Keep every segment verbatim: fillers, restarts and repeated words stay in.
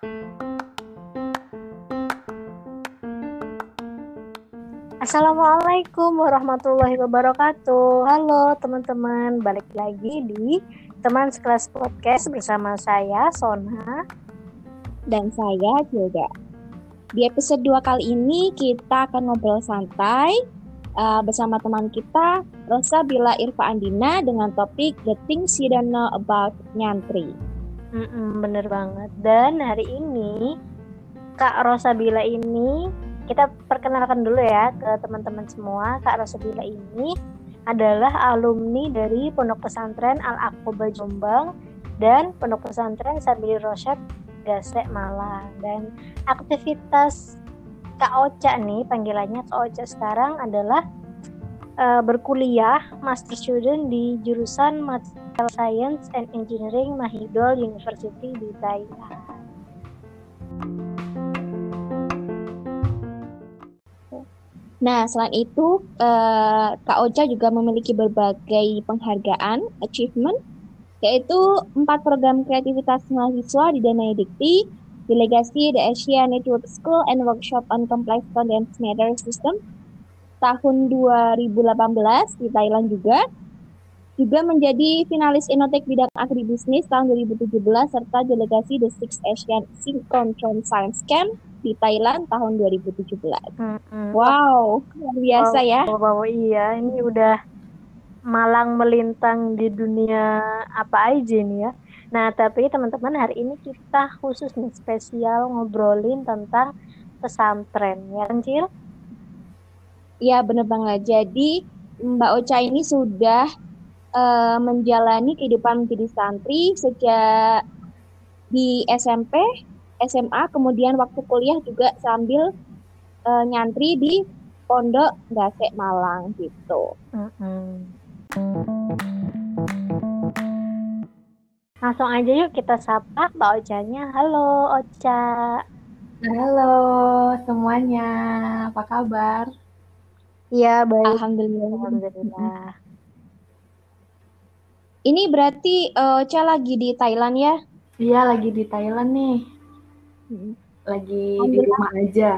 Assalamualaikum warahmatullahi wabarakatuh. Halo teman-teman, balik lagi di Teman Sekelas Podcast bersama saya Sona dan saya Gilda. Di episode dua kali ini kita akan ngobrol santai uh, bersama teman kita Rosa Bila Irfa Andina dengan topik The Things You Don't Know About Nyantri. Mm-mm, bener banget. Dan hari ini Kak Rosa Bila ini kita perkenalkan dulu ya ke teman-teman semua. Kak Rosa Bila ini adalah alumni dari Pondok Pesantren Al-Aqobah Jombang dan Pondok Pesantren Sabili Rosyad Gasek Malang. Dan aktivitas Kak Ocha nih, panggilannya Kak Ocha sekarang adalah uh, berkuliah master student di jurusan Material Science and Engineering Mahidol University di Thailand. Nah, selain itu, eh, Kak Ocha juga memiliki berbagai penghargaan, achievement, yaitu empat program kreativitas mahasiswa didanai Dikti, delegasi The Asia Network School and Workshop on Complex Condensed Matter System tahun dua ribu delapan belas di Thailand juga, juga menjadi finalis Innotek bidang agribisnis tahun dua ribu tujuh belas, serta delegasi The Sixth Asian Synchrotron Science Camp di Thailand tahun dua ribu tujuh belas. Hmm. Wow, luar biasa wow, ya. Wow, wow, iya, ini udah malang melintang di dunia apa aja nih ya. Nah, tapi teman-teman hari ini kita khusus nih spesial ngobrolin tentang pesantren, ya kan Cil? Iya, bener banget. Jadi Mbak Ocha ini sudah uh, menjalani kehidupan menjadi santri sejak di S M P, S M A, kemudian waktu kuliah juga sambil uh, nyantri di Pondok Gasek Malang gitu. Mm-hmm. Langsung aja yuk kita sapa Mbak Ocha-nya. Halo Ocha. Halo semuanya, apa kabar? Iya, baik. Alhamdulillah. Alhamdulillah. Ini berarti uh, Ocha lagi di Thailand ya? Iya, lagi di Thailand nih. Hmm. Lagi di rumah aja.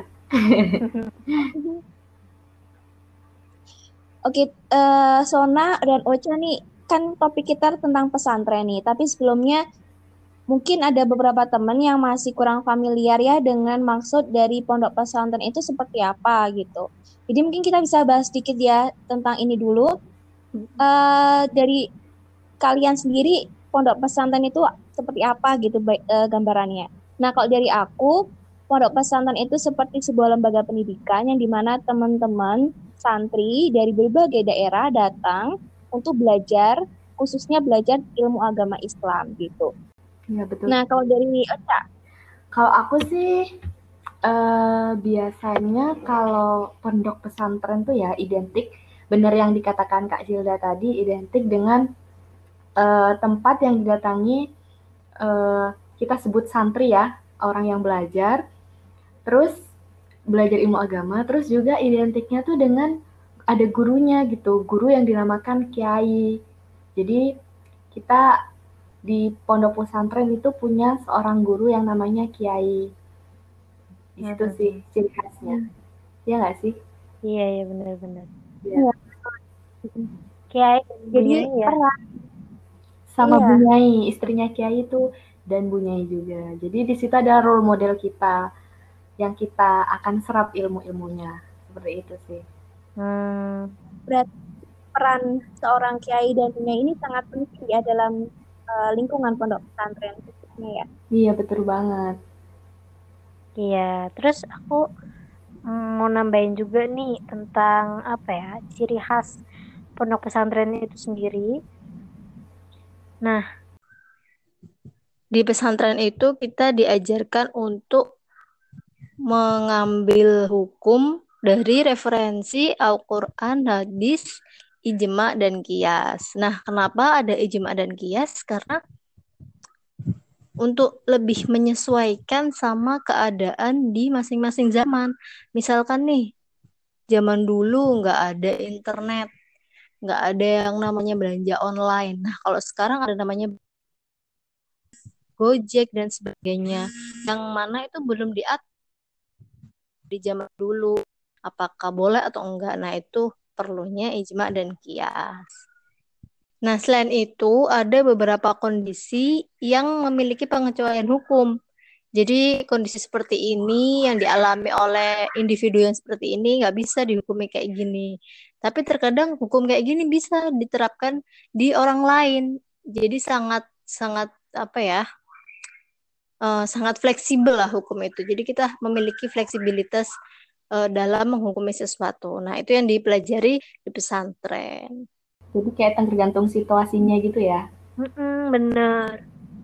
Oke, uh, Sona dan Ocha nih, kan topik kita tentang pesantren nih. Tapi sebelumnya mungkin ada beberapa teman yang masih kurang familiar ya dengan maksud dari pondok pesantren itu seperti apa gitu. Jadi mungkin kita bisa bahas sedikit ya tentang ini dulu. Uh, dari kalian sendiri pondok pesantren itu seperti apa gitu uh, gambarannya. Nah kalau dari aku, pondok pesantren itu seperti sebuah lembaga pendidikan yang dimana teman-teman santri dari berbagai daerah datang untuk belajar, khususnya belajar ilmu agama Islam gitu. Ya, betul. Nah, kalau dari Ocha? Kalau aku sih uh, biasanya kalau pondok pesantren tuh ya identik, benar yang dikatakan Kak Zilda tadi, identik dengan uh, tempat yang didatangi, uh, kita sebut santri ya, orang yang belajar, terus belajar ilmu agama, terus juga identiknya tuh dengan ada gurunya gitu, guru yang dinamakan kiai. Jadi kita di pondok pesantren itu punya seorang guru yang namanya kiai. Di situ hmm. sih ciri khasnya. Iya nggak sih? Iya, iya benar-benar. Ya. Kiai jadi ya. Sama iya. Bunyai, istrinya kiai itu dan Bunyai juga. Jadi di situ ada role model kita yang kita akan serap ilmu-ilmunya. Seperti itu sih. Hmm. Berarti peran seorang kiai dan Bunyai ini sangat penting ya dalam uh, lingkungan pondok pesantren khususnya ya. Iya, betul banget. Iya, terus aku mau nambahin juga nih tentang apa ya, ciri khas pondok pesantren itu sendiri. Nah, di pesantren itu kita diajarkan untuk mengambil hukum dari referensi Al-Quran, hadis, ijma, dan qiyas. Nah, kenapa ada ijma dan qiyas? Karena untuk lebih menyesuaikan sama keadaan di masing-masing zaman. Misalkan nih, zaman dulu nggak ada internet, nggak ada yang namanya belanja online. Nah, kalau sekarang ada namanya Gojek dan sebagainya. Yang mana itu belum diatur di zaman dulu. Apakah boleh atau enggak? Nah, itu perlunya ijma dan qiyas. Nah, selain itu ada beberapa kondisi yang memiliki pengecualian hukum. Jadi kondisi seperti ini yang dialami oleh individu yang seperti ini nggak bisa dihukumi kayak gini. Tapi terkadang hukum kayak gini bisa diterapkan di orang lain. Jadi sangat sangat apa ya? eh, sangat fleksibel lah hukum itu. Jadi kita memiliki fleksibilitas eh, dalam menghukumi sesuatu. Nah, itu yang dipelajari di pesantren. Jadi kayak tergantung situasinya gitu ya. Mm-mm, bener.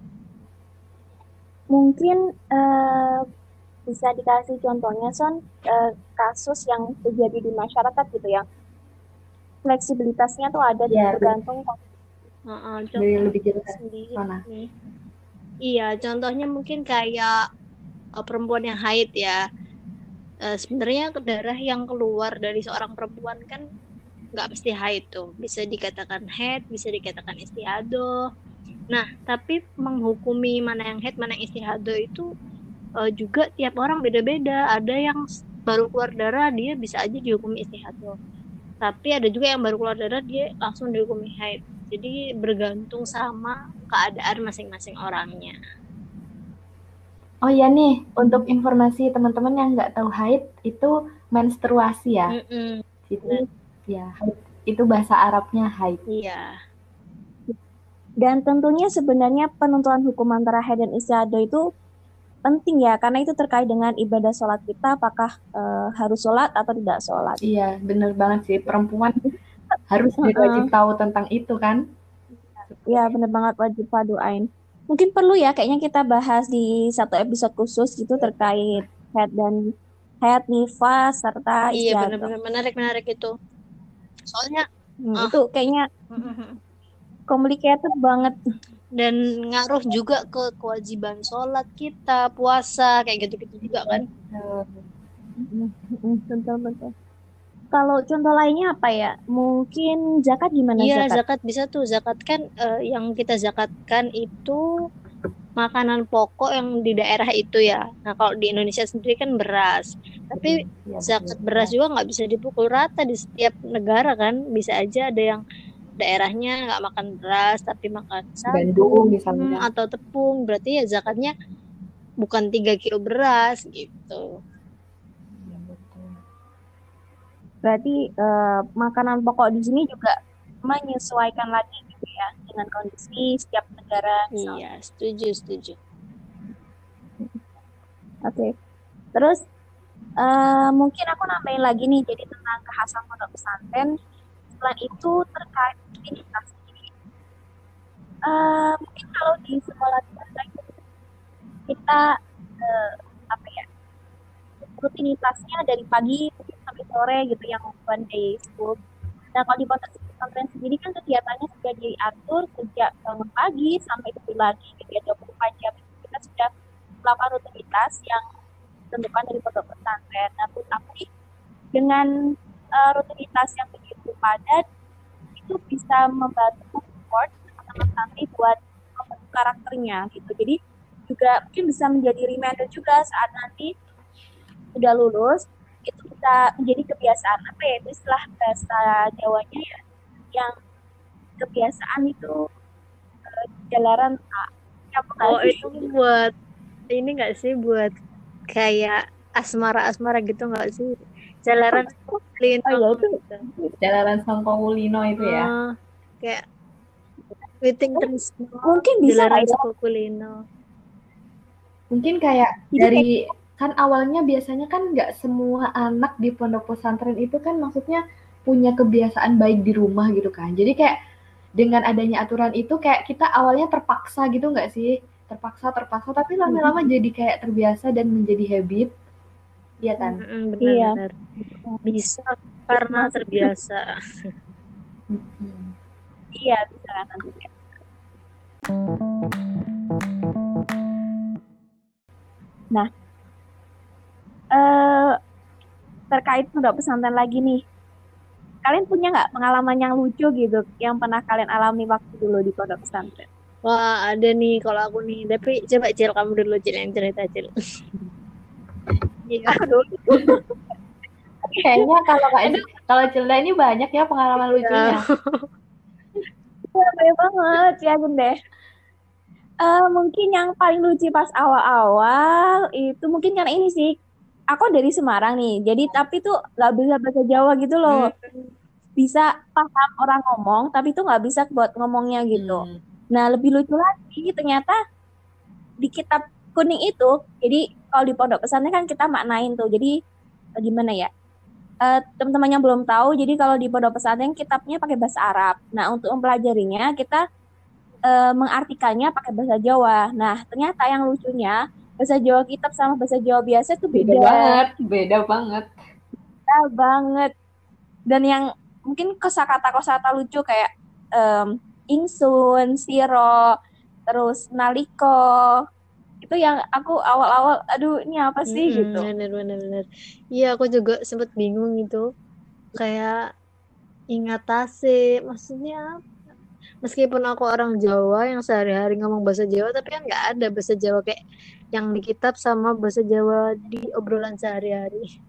Mungkin eh, bisa dikasih contohnya, Son, eh, kasus yang terjadi di masyarakat gitu ya. Fleksibilitasnya tuh ada Iya, tergantung Heeh, Jadi contoh lebih jelas sendiri Sona. nih. Iya, contohnya mungkin kayak eh, perempuan yang haid ya. Eh, sebenarnya darah yang keluar dari seorang perempuan kan nggak mesti haid tuh. Bisa dikatakan haid, bisa dikatakan istihadoh. Nah, tapi menghukumi mana yang haid, mana yang istihadoh itu eh, juga tiap orang beda-beda. Ada yang s- baru keluar darah dia bisa aja dihukumi istihadoh. Tapi ada juga yang baru keluar darah dia langsung dihukumi haid. Jadi bergantung sama keadaan masing-masing orangnya. Oh iya nih, untuk informasi teman-teman yang nggak tahu haid, itu menstruasi ya. Mm-mm. Jadi ya, haid itu bahasa Arabnya haid. Iya. Dan tentunya sebenarnya penentuan hukum antara haid dan istiadah itu penting ya, karena itu terkait dengan ibadah sholat kita, apakah eh, harus sholat atau tidak sholat. Iya, bener banget sih. Perempuan harus wajib tahu tentang itu kan. Iya, benar banget, wajib fardu-ain. Mungkin perlu ya, kayaknya kita bahas di satu episode khusus gitu terkait haid dan haid, nifas, serta Iya, istiadah. benar-benar menarik-menarik itu. Soalnya Hmm, ah. itu kayaknya mm-mm. complicated banget. Dan ngaruh juga ke kewajiban sholat kita, puasa, kayak gitu-gitu juga kan. Betul-betul. Kalau contoh lainnya apa ya? Mungkin zakat gimana Iya, zakat? zakat bisa tuh. Zakat kan eh, yang kita zakatkan itu makanan pokok yang di daerah itu ya. Nah, kalau di Indonesia sendiri kan beras. Tapi Iya, zakat betul. beras juga nggak bisa dipukul rata di setiap negara kan. Bisa aja ada yang daerahnya nggak makan beras tapi makan Gandum sagu misalnya. hmm, atau tepung. Berarti ya zakatnya bukan tiga kilo beras gitu. Iya, betul. Berarti eh, makanan pokok di sini juga menyesuaikan lagi gitu ya dengan kondisi setiap negara. misalnya. Iya, setuju, setuju. Oke. Terus eh, mungkin aku nambahin lagi nih, jadi tentang kekhasan pondok pesantren. Selain itu terkait rutinitas. Eh, mungkin kalau di sekolah biasa itu kita eh, apa ya rutinitasnya dari pagi mungkin sampai sore gitu yang one day school. Nah kalau di pondok pesantren sendiri kan kegiatannya sudah diatur sejak bangun pagi sampai tidur lagi gitu ya dua puluh empat jam kita sudah melakukan rutinitas yang ditentukan dari pondok pesantren. Nah menurut aku nih, dengan uh, rutinitas yang begitu padat itu bisa membantu support teman-teman santri buat membentuk karakternya gitu. Jadi juga mungkin bisa menjadi reminder juga saat nanti udah lulus itu bisa menjadi kebiasaan apa ya itu istilah bahasa Jawanya ya yang kebiasaan itu uh, jalaran A. Oh, itu buat ini nggak sih buat kayak asmara-asmara gitu nggak sih? Jalaran Lino oh, ya, itu. gitu. Jalaran Sangkowulino itu ya. Uh, kayak Witing Trisno, mungkin bisa Jalaran ya. Sukokulino. Mungkin kayak Jadi dari kan awalnya biasanya kan nggak semua anak di pondok pesantren itu kan maksudnya punya kebiasaan baik di rumah gitu kan. Jadi kayak dengan adanya aturan itu kayak kita awalnya terpaksa gitu nggak sih? Terpaksa, terpaksa, tapi lama-lama jadi kayak terbiasa dan menjadi habit. Iya kan? Mm-mm, benar-benar. Bisa karena Masuk. terbiasa. Mm-mm. Iya bisa karena terbiasa. Nah, eh, terkait pondok pesantren lagi nih, kalian punya nggak pengalaman yang lucu gitu yang pernah kalian alami waktu dulu di pondok pesantren? Wah, ada nih kalau aku nih. Tapi coba Cil, kamu dulu Cil yang cerita Cil. Iya. Aku dulu. Kayaknya kalau Kak kalau Cilda ini banyak ya pengalaman lucunya. Ya, banyak banget ya Bun deh. Eh, mungkin yang paling lucu pas awal-awal itu mungkin karena ini sih. Aku dari Semarang nih, jadi tapi tuh nggak bisa bahasa Jawa gitu loh. Bisa paham orang ngomong, tapi tuh nggak bisa buat ngomongnya gitu. Hmm. Nah, lebih lucu lagi ternyata di kitab kuning itu, jadi kalau di pondok pesantren kan kita maknain tuh. Jadi eh, gimana ya? Eh, teman-teman yang belum tahu, jadi kalau di pondok pesantren kitabnya pakai bahasa Arab. Nah, untuk mempelajarinya kita eh, mengartikannya pakai bahasa Jawa. Nah, ternyata yang lucunya bahasa Jawa kitab sama bahasa Jawa biasa tuh Beda beda, banget, beda banget. beda banget. Dan yang mungkin kosakata-kosakata lucu kayak em, ingsun, siro, terus naliko, itu yang aku awal-awal, aduh ini apa sih Mm-mm, gitu. bener bener bener. Iya, aku juga sempet bingung gitu. Kayak ingatase, maksudnya apa? Meskipun aku orang Jawa yang sehari-hari ngomong bahasa Jawa, tapi kan nggak ada bahasa Jawa kayak yang di kitab sama bahasa Jawa di obrolan sehari-hari.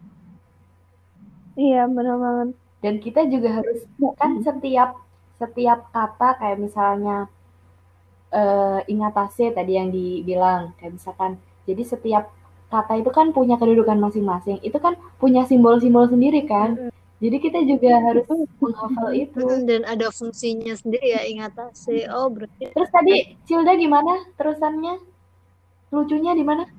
Iya, benar banget. Dan kita juga harus kan setiap setiap kata kayak misalnya eh, ingatase tadi yang dibilang kayak misalkan jadi setiap kata itu kan punya kedudukan masing-masing itu kan punya simbol-simbol sendiri kan jadi kita juga harus menghafal itu. Mm-mm, dan ada fungsinya sendiri ya ingatase. Oh, berarti Terus tadi Cilda gimana terusannya lucunya di mana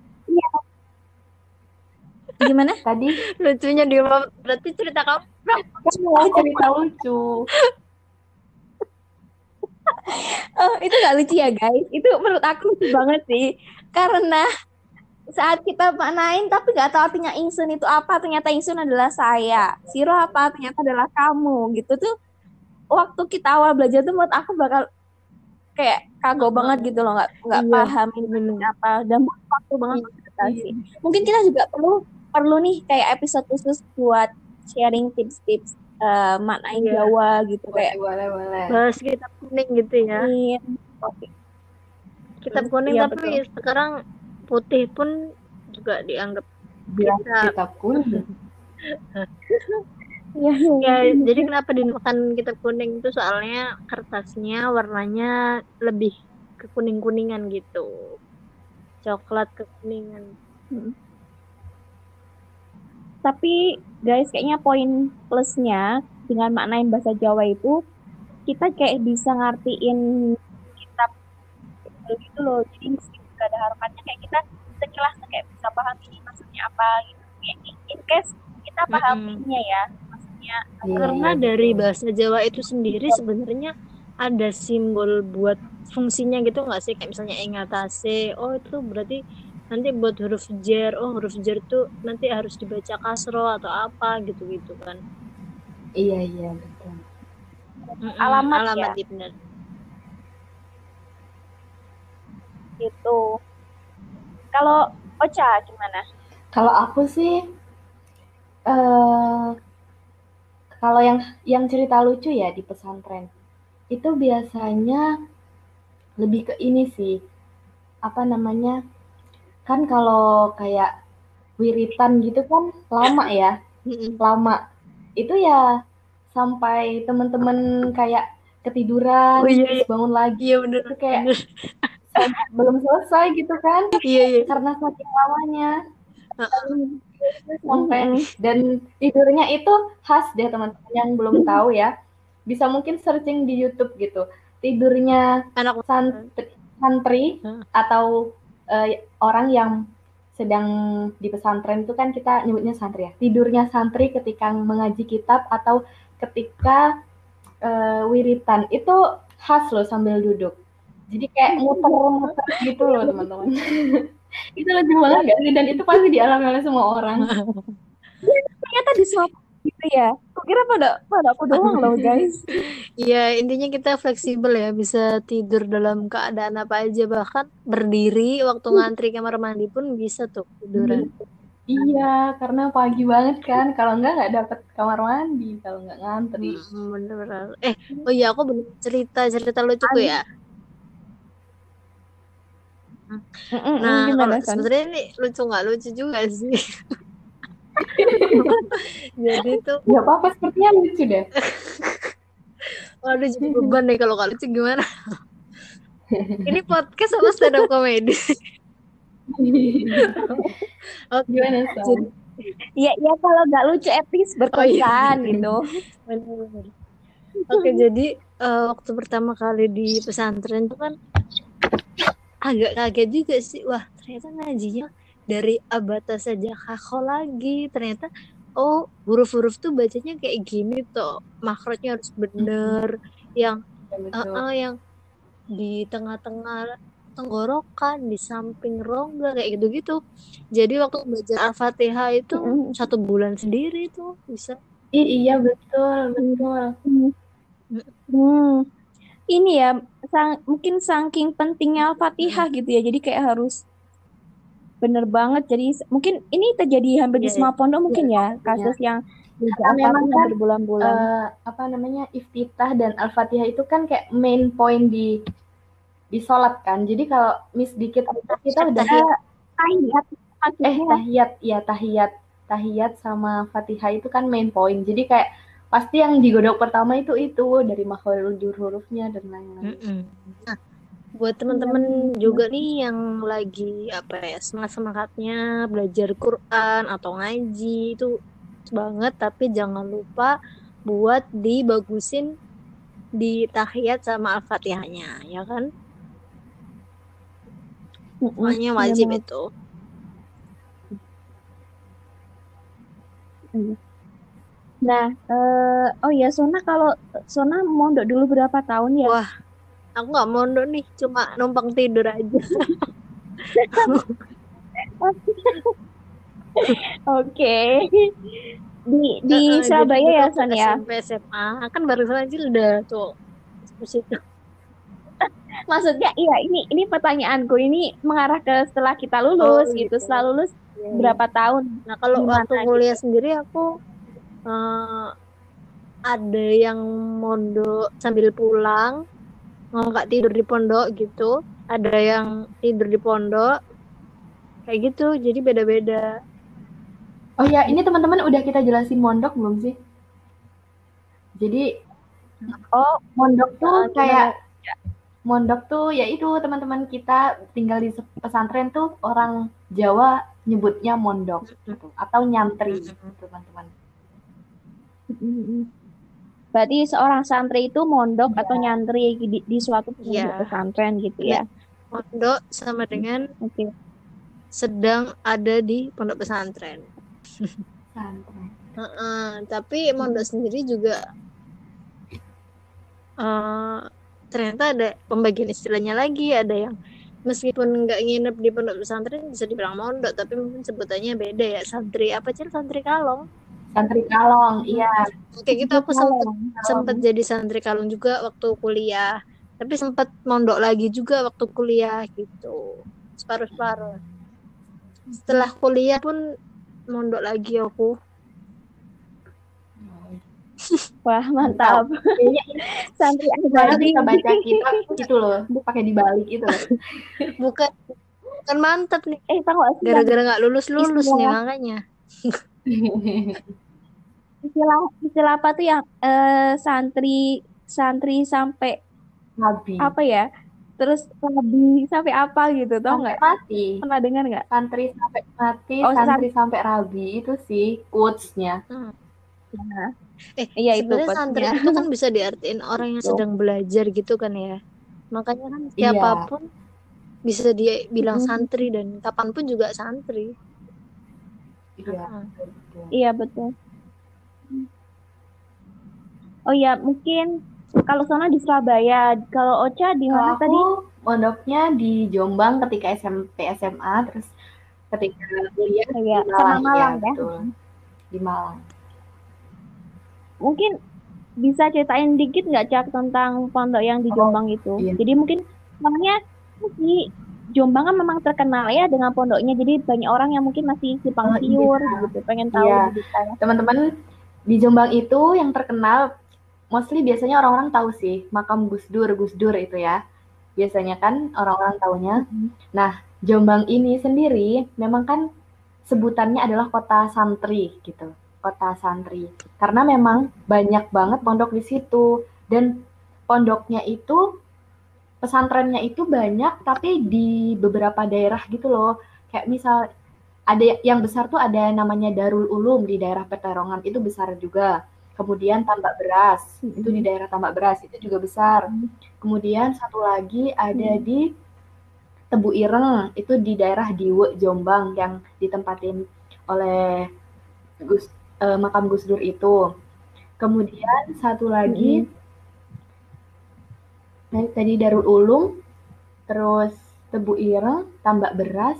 Gimana? tadi lucunya di berarti cerita kamu. oh, cerita lucu Oh, itu nggak lucu ya guys. Itu menurut aku lucu banget sih. Karena saat kita maknain tapi nggak tahu artinya ingsun itu apa. Ternyata ingsun adalah saya. Siro apa? Ternyata adalah kamu. Gitu tuh. Waktu kita awal belajar tuh menurut aku bakal kayak kagok banget gitu loh. Nggak nggak Iya, paham ini bener. apa. Dan butuh waktu banget Iya. untuk adaptasi. Mungkin kita juga perlu perlu nih kayak episode khusus buat sharing tips-tips eh, maknain Iya. Jawa gitu boleh kayak boleh boleh Bahas kitab kuning gitu ya. ini. Oke. Kitab Hmm, kuning iya, tapi betul. sekarang putih pun juga dianggap bilang kitab. kitab kuning Iya, iya. Ya, jadi kenapa dinamakan kitab kuning itu soalnya kertasnya warnanya lebih ke kuning-kuningan gitu. Coklat kekuningan. Hmm. Tapi guys, kayaknya poin plusnya dengan maknain bahasa Jawa itu kita kayak bisa ngertiin kitab gitu loh. Jadi meskipun gak ada harapannya kayak kita sekilas kayak bisa paham ini maksudnya apa gitu. Ya, in case kita paham Mm-mm. ininya ya, maksudnya Iya, Karena iya, dari betul. bahasa Jawa itu sendiri sebenarnya ada simbol buat fungsinya gitu nggak sih? Kayak misalnya ingatase, oh itu berarti nanti buat huruf jer, oh huruf jer tuh nanti harus dibaca kasro atau apa gitu-gitu kan. Iya iya betul. Mm-mm, alamat, alamat ya ya benar. gitu. Kalau Ocha gimana? Kalau aku sih eh kalau yang yang cerita lucu ya di pesantren itu biasanya lebih ke ini sih apa namanya kan kalau kayak wiritan gitu kan lama ya Mm-mm. lama itu ya sampai temen-temen kayak ketiduran Oh iya, terus iya, bangun lagi iya bener, itu kayak bener. sam- belum selesai gitu kan Iya, iya. karena saking lamanya Heeh. sampai Mm-mm. dan tidurnya itu khas deh teman-teman yang belum tahu ya bisa mungkin searching di YouTube gitu tidurnya Anak santri, santri Heeh. atau eh, orang yang sedang di pesantren itu kan kita nyebutnya santri ya tidurnya santri ketika mengaji kitab atau ketika eh, wiritan itu khas loh sambil duduk jadi kayak muter-muter gitu loh teman-teman itu lucu banget gak sih dan itu pasti dialami oleh semua orang Ternyata di semua gitu ya. Kok kira pada pada aku doang loh guys. Iya, intinya kita fleksibel ya, bisa tidur dalam keadaan apa aja, bahkan berdiri waktu ngantri kamar mandi pun bisa tuh tiduran. iya karena pagi banget kan kalau enggak nggak dapet kamar mandi kalau nggak ngantri Hmm, bener-bener. Eh, oh iya aku belum cerita cerita lucuku ya. Mm-mm, Nah, kalau gimana, Son? sebenarnya ini lucu nggak lucu juga sih. Jadi tuh, Gak apa-apa, sepertinya lucu deh. waduh jadi beban deh kalau nggak lucu gimana. Ini podcast apa stand up comedy? Oke, Gimana, jadi Son? Iya, iya kalau nggak lucu at least oh iya, berkesan gitu. benar-benar. Oke, jadi eh, waktu pertama kali di pesantren tuh kan agak kaget juga sih. Wah, ternyata ngajinya dari abata saja kakak lagi. Ternyata oh, huruf-huruf tuh bacanya kayak gini tuh. Makrotnya harus bener. Yang Ya, eh, betul. eh, yang di tengah-tengah tenggorokan, di samping rongga kayak gitu-gitu. Jadi waktu belajar Al-Fatihah itu Mm-mm. satu bulan sendiri tuh bisa. Ih, iya betul, betul. Hmm. Hmm. Ini ya, sang- mungkin saking pentingnya Al-Fatihah gitu ya. Jadi kayak harus bener banget. Jadi s- mungkin ini terjadi hampir di Iya, semua pondok mungkin ya, Iya. kasus yang belajar Karena memang Al-Fatihah kan berbulan-bulan. eh, apa namanya iftitah dan al-fatihah itu kan kayak main point di di sholat kan. Jadi kalau miss dikit aja kita udah tahiyat. Tahiyat eh maksudnya. tahiyat ya tahiyat tahiyat sama fatihah itu kan main point. Jadi kayak pasti yang digodok pertama itu itu dari makhraj hurufnya dan lain-lain. Mm-mm. Nah, buat teman-teman juga nih yang lagi apa ya semangat-semangatnya belajar Quran atau ngaji itu banget, tapi jangan lupa buat dibagusin di tahiyat sama al-fatihahnya, ya kan? Mm-mm, Pokoknya bener wajib banget. itu. Iya. Nah, eh, oh ya Sona kalau Sona mondok dulu berapa tahun ya? Wah, aku nggak mondok nih, cuma numpang tidur aja. Oke. Di di Heeh, jadi Surabaya dulu ya waktu Son ya. S M P S M A kan barusan aja udah tuh di situ. Maksudnya iya ini ini pertanyaanku ini mengarah ke setelah kita Oh lulus gitu. gitu. Setelah lulus Iya, iya. berapa tahun Nah kalau di waktu mana kuliah gitu? sendiri aku eh, ada yang mondok sambil pulang, mau nggak tidur di pondok gitu. Ada yang tidur di pondok, kayak gitu. Jadi beda-beda. Oh ya, ini teman-teman udah kita jelasin mondok belum sih? Jadi Oh, mondok tuh eh, kayak gimana? mondok tuh ya itu teman-teman kita tinggal di pesantren tuh orang Jawa nyebutnya mondok gitu atau nyantri teman-teman. Mm-mm. Berarti seorang santri itu mondok Iya. atau nyantri di, di suatu pondok Iya. pesantren gitu ya. Mondok sama dengan Oke. sedang ada di pondok pesantren. Pesantren. Heeh, tapi mondok sendiri juga eh, ternyata ada pembagian istilahnya lagi. Ada yang meskipun nggak nginep di pondok pesantren bisa dibilang mondok, tapi mungkin sebutannya beda ya. Santri apa sih? Santri kalong. Santri kalong, iya. Kayak gitu aku sempet sempet jadi santri kalong juga waktu kuliah. Tapi sempat mondok lagi juga waktu kuliah gitu. Separuh-separuh. Setelah kuliah pun mondok lagi aku. Wah, mantap. Kayaknya Santri saya abadi. bisa baca kitab gitu loh, pakai dibalik itu loh. Bukan bukan mantap nih. Eh, tahu nggak sih yang Gara-gara nggak lulus-lulus nih istilah makanya. istilah istilah apa tuh yang eh, santri santri sampai Nabi. apa ya? Terus rabi sampai apa gitu, tau Sampai nggak? mati. Pernah dengar nggak? Santri sampai mati, Oh, santri san- sampai rabi itu sih quotes-nya. Hmm. Nah, Eh, iya itu sebenarnya santri quotes-nya. itu kan bisa diartiin orang yang Tuh. sedang belajar gitu kan ya. Makanya kan Iya. siapapun bisa dibilang Mm-mm. santri dan kapanpun juga santri. Iya. Heeh. betul. Iya betul. Oh ya mungkin kalau Sona di Surabaya, kalau Ocha di Kalau mana aku tadi? mondoknya di Jombang ketika S M P S M A, terus ketika kuliah di Iya, sama Malang, iya Malang ya. betul. Di Malang. Mungkin bisa ceritain dikit nggak Cak tentang pondok yang di Oh, Jombang itu? iya. Jadi mungkin namanya di Jombang kan memang terkenal ya dengan pondoknya. Jadi banyak orang yang mungkin masih simpang Oh, siur iya. gitu, pengen tahu Iya. lebih detail. Teman-teman di Jombang itu yang terkenal mostly biasanya orang-orang tahu sih makam Gus Dur, Gus Dur itu ya. biasanya kan orang-orang taunya. Nah, Jombang ini sendiri memang kan sebutannya adalah kota santri gitu, kota santri. Karena memang banyak banget pondok di situ dan pondoknya itu pesantrennya itu banyak tapi di beberapa daerah gitu loh. Kayak misal ada yang besar tuh ada namanya Darul Ulum di daerah Peterongan, itu besar juga. Kemudian Tambak Beras, itu di daerah Tambak Beras, itu juga besar. Kemudian satu lagi ada di Tebu Ireng, itu di daerah Diwe, Jombang, yang ditempatin oleh Gus, eh, makam Gus Dur itu. Kemudian satu lagi, nah, tadi Darul Ulum, terus Tebu Ireng, Tambak Beras,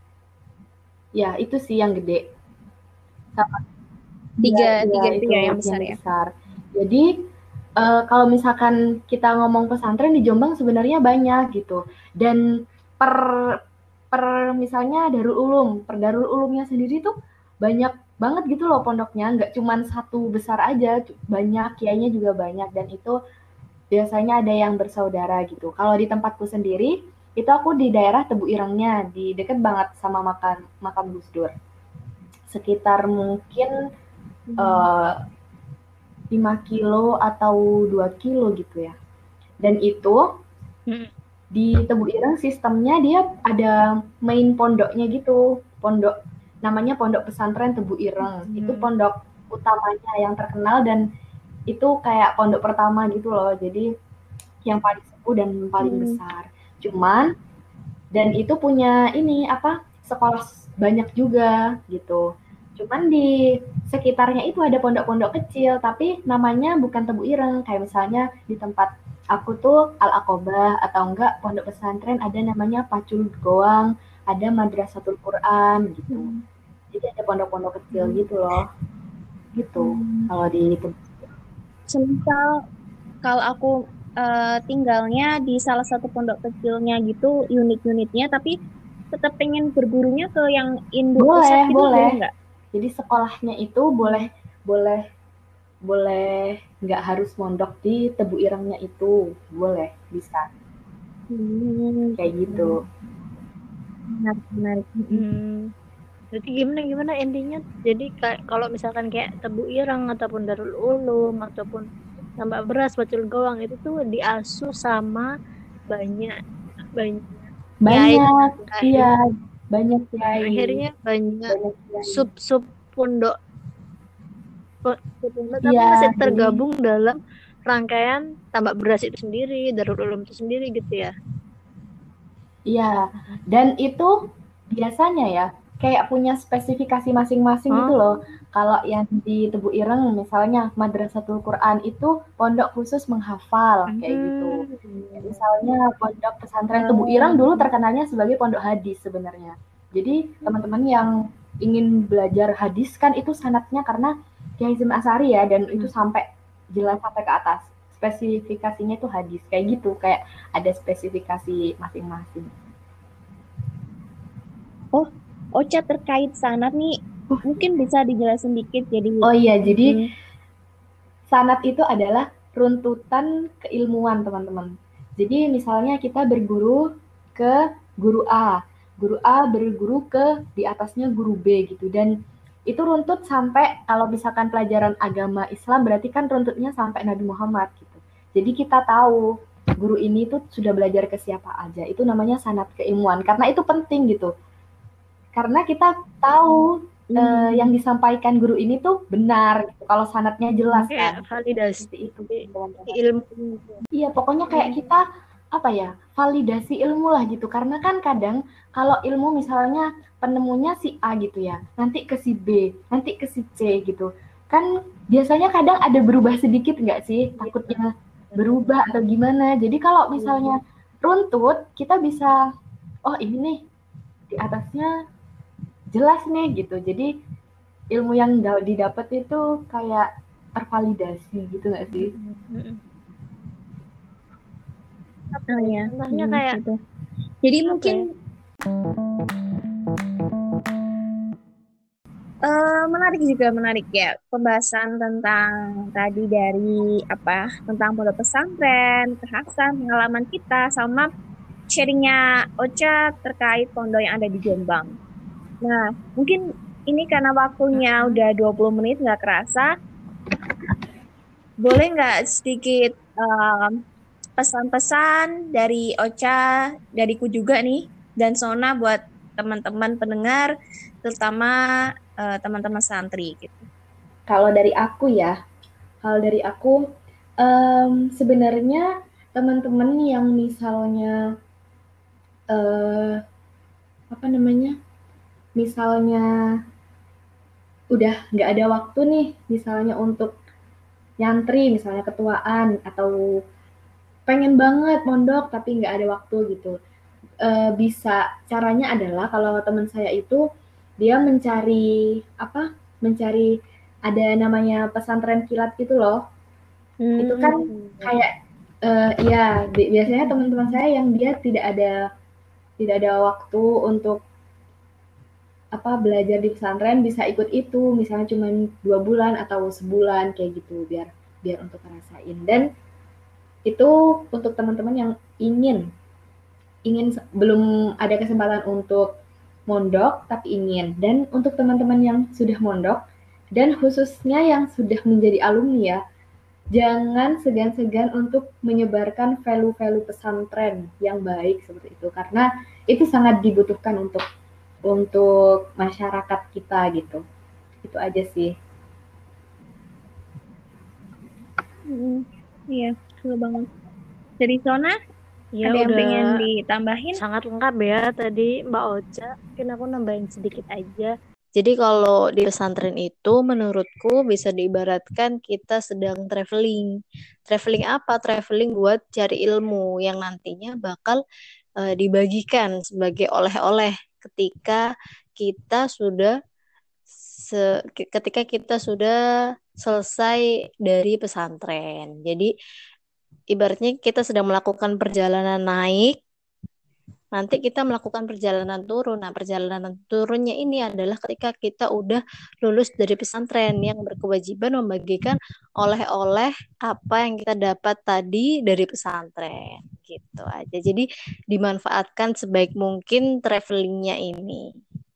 ya itu sih yang gede. Sama Tiga, ya, tiga ya, itu itu ya yang besar ya. besar. Jadi uh, kalau misalkan kita ngomong pesantren di Jombang sebenarnya banyak gitu. Dan per per misalnya Darul Ulum, per Darul Ulumnya sendiri tuh banyak banget gitu loh pondoknya, nggak cuma satu besar aja, banyak, kiainya juga banyak, dan itu biasanya ada yang bersaudara gitu. Kalau di tempatku sendiri, itu aku di daerah Tebu Irengnya, di deket banget sama makam makam Gus Dur. Sekitar mungkin uh, lima kilo atau dua kilo gitu ya. Dan itu hmm. di Tebu Ireng sistemnya dia ada main pondoknya gitu. Pondok namanya Pondok Pesantren Tebu Ireng. Hmm. Itu pondok utamanya yang terkenal dan itu kayak pondok pertama gitu loh. Jadi yang paling sepuh dan paling hmm. besar. Cuman dan itu punya ini apa? Sekolah banyak juga gitu. Cuman di sekitarnya itu ada pondok-pondok kecil, tapi namanya bukan Tebu Ireng. Kayak misalnya di tempat aku tuh Al-Aqobah, atau enggak pondok pesantren ada namanya Pacul Goang, ada Madrasatul Quran gitu. Hmm. Jadi ada pondok-pondok kecil hmm. gitu loh. Gitu. Hmm. Kalau di semisal kalau aku uh, tinggalnya di salah satu pondok kecilnya gitu, unit-unitnya, tapi tetap pengen bergurunya ke yang induk pusat gitu, boleh nggak? Jadi sekolahnya itu boleh boleh boleh nggak harus mondok di Tebu Irengnya itu, boleh, bisa. Hmm, kayak gitu. Menarik, menarik. Hmm. Jadi gimana gimana intinya? Jadi kayak kalau misalkan kayak Tebu Ireng ataupun Darul Ulum ataupun Tambak Beras, Pacul Goang itu tuh diasuh sama banyak banyak banyak iya banyak kiai. Akhirnya banyak, banyak sub-sub pondok, pondok tapi ya, masih tergabung jadi dalam rangkaian Tambak Beras itu sendiri, Darul Ulum itu sendiri gitu ya. Iya, dan itu biasanya ya kayak punya spesifikasi masing-masing oh. gitu loh. Kalau yang di Tebu Ireng misalnya Madrasatul Quran itu pondok khusus menghafal hmm. kayak gitu. Misalnya pondok pesantren Tebu Ireng dulu terkenalnya sebagai pondok hadis sebenarnya. Jadi teman-teman yang ingin belajar hadis kan itu sanatnya karena Kiai Hasyim Asy'ari ya, dan hmm. itu sampai jelas sampai ke atas. Spesifikasinya itu hadis kayak gitu, kayak ada spesifikasi masing-masing. Oh, Ocha terkait sanad nih, uh. mungkin bisa dijelasin dikit jadi. Oh iya, hmm. jadi sanad itu adalah runtutan keilmuan teman-teman. Jadi misalnya kita berguru ke guru A, guru A berguru ke di atasnya guru B gitu, dan itu runtut sampai kalau misalkan pelajaran agama Islam berarti kan runtutnya sampai Nabi Muhammad gitu. Jadi kita tahu guru ini tuh sudah belajar ke siapa aja. Itu namanya sanad keilmuan karena itu penting gitu. Karena kita tahu hmm. uh, yang disampaikan guru ini tuh benar gitu. Kalau sanadnya jelas kayak kan. Validasi itu ilmu. Iya, pokoknya kayak kita apa ya? Validasi ilmu lah gitu. Karena kan kadang kalau ilmu misalnya penemunya si A gitu ya, nanti ke si B, nanti ke si C gitu. Kan biasanya kadang ada berubah sedikit nggak sih? Takutnya berubah atau gimana. Jadi kalau misalnya runtut, kita bisa, oh ini nih, di atasnya jelas nih gitu. Jadi ilmu yang didapat itu kayak tervalidasi gitu nggak sih? Apa ya? Contohnya kayak gitu. Jadi mungkin Uh, menarik juga menarik ya pembahasan tentang tadi dari apa tentang pondok pesantren, kekhasan, pengalaman kita sama sharingnya Ocha terkait pondok yang ada di Jombang. Nah, mungkin ini karena waktunya udah dua puluh menit nggak kerasa, boleh nggak sedikit um, pesan-pesan dari Ocha, dariku juga nih, dan Sona buat teman-teman pendengar, terutama uh, teman-teman santri gitu. Kalau dari aku ya, kalau dari aku um, sebenarnya teman-teman yang misalnya uh, apa namanya, misalnya udah nggak ada waktu nih, misalnya untuk nyantri, misalnya ketuaan atau pengen banget mondok tapi nggak ada waktu gitu. E, bisa caranya adalah kalau teman saya itu dia mencari apa? Mencari ada namanya pesantren kilat gitu loh. Hmm. Itu kan kayak e, ya biasanya teman-teman saya yang dia tidak ada tidak ada waktu untuk apa belajar di pesantren bisa ikut itu, misalnya cuma dua bulan atau sebulan kayak gitu biar biar untuk ngerasain. Dan itu untuk teman-teman yang ingin ingin belum ada kesempatan untuk mondok tapi ingin, dan untuk teman-teman yang sudah mondok dan khususnya yang sudah menjadi alumni ya, jangan segan-segan untuk menyebarkan value-value pesantren yang baik seperti itu, karena itu sangat dibutuhkan untuk untuk masyarakat kita gitu. Itu aja sih. Hmm, iya, betul banget. Dari Sona, ya, ada yang pengen ditambahin? Sangat lengkap ya tadi Mbak Ocha. Mungkin aku nambahin sedikit aja. Jadi kalau di pesantren itu menurutku bisa diibaratkan kita sedang traveling. Traveling apa? Traveling buat cari ilmu yang nantinya bakal uh, dibagikan sebagai oleh-oleh ketika kita sudah se- ketika kita sudah selesai dari pesantren. Jadi ibaratnya kita sedang melakukan perjalanan naik, nanti kita melakukan perjalanan turun. Nah, perjalanan turunnya ini adalah ketika kita udah lulus dari pesantren yang berkewajiban membagikan oleh-oleh apa yang kita dapat tadi dari pesantren. Gitu aja. Jadi dimanfaatkan sebaik mungkin travelingnya ini.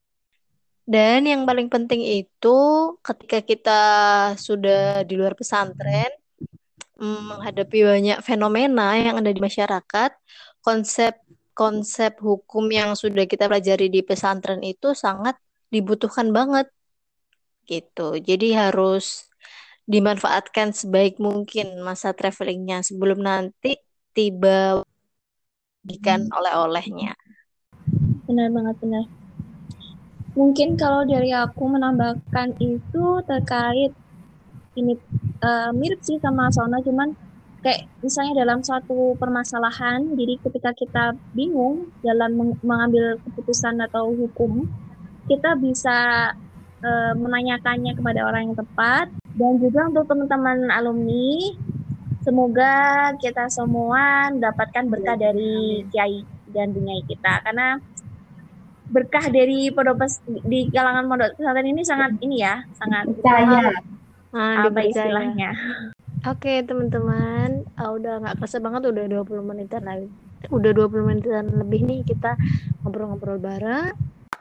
Dan yang paling penting itu ketika kita sudah di luar pesantren, menghadapi banyak fenomena yang ada di masyarakat, konsep konsep hukum yang sudah kita pelajari di pesantren itu sangat dibutuhkan banget gitu. Jadi harus dimanfaatkan sebaik mungkin masa travelingnya sebelum nanti tiba ikan oleh-olehnya. Benar banget, benar. Mungkin kalau dari aku menambahkan itu terkait ini uh, mirip sih sama Sona, cuman kayak misalnya dalam suatu permasalahan, jadi ketika kita bingung dalam meng- mengambil keputusan atau hukum, kita bisa uh, menanyakannya kepada orang yang tepat. Dan juga untuk teman-teman alumni, semoga kita semua mendapatkan berkah dari kiai dan bunyai kita, karena berkah dari pondok di kalangan pondok pesantren ini sangat ini ya, sangat percaya. Nah, apa istilahnya? Oke teman-teman, uh, udah nggak kerasa banget udah dua puluh menitan lagi. Udah dua puluh menitan lebih nih kita ngobrol-ngobrol bareng.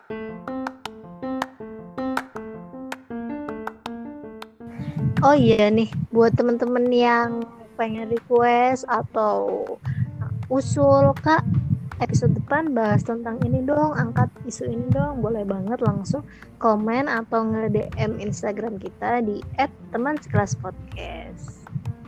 Oh iya nih, buat teman-teman yang pengen request atau usul, Kak, episode depan bahas tentang ini dong, angkat isu ini dong, boleh banget langsung komen atau nge-D M Instagram kita di et teman sekelas podcast.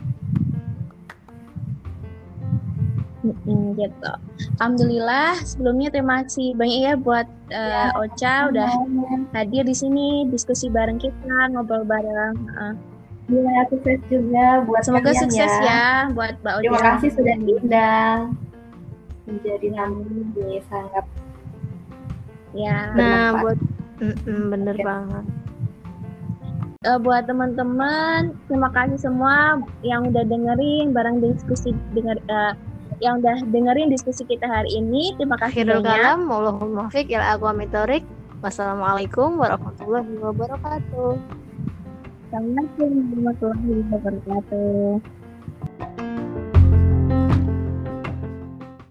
Hmm, gitu. Alhamdulillah, sebelumnya terima kasih banyak ya buat uh, ya, Ocha udah hadir di sini, diskusi bareng kita, ngobrol bareng. Uh. Ya, sukses juga buat semoga kalian sukses ya. ya buat Mbak Ocha. Terima kasih sudah diundang menjadi tamu ini, sangat ya. Nah, buat mm-mm, bener okay. banget. Uh, buat teman-teman, terima kasih semua yang udah dengerin bareng diskusi denger uh, yang udah dengerin diskusi kita hari ini. Terima kasih banyak. Akhirul kalam, wallahul muwaffiq ila aqwamit thoriq. Wassalamualaikum warahmatullahi wabarakatuh. Assalamualaikum warahmatullahi wabarakatuh.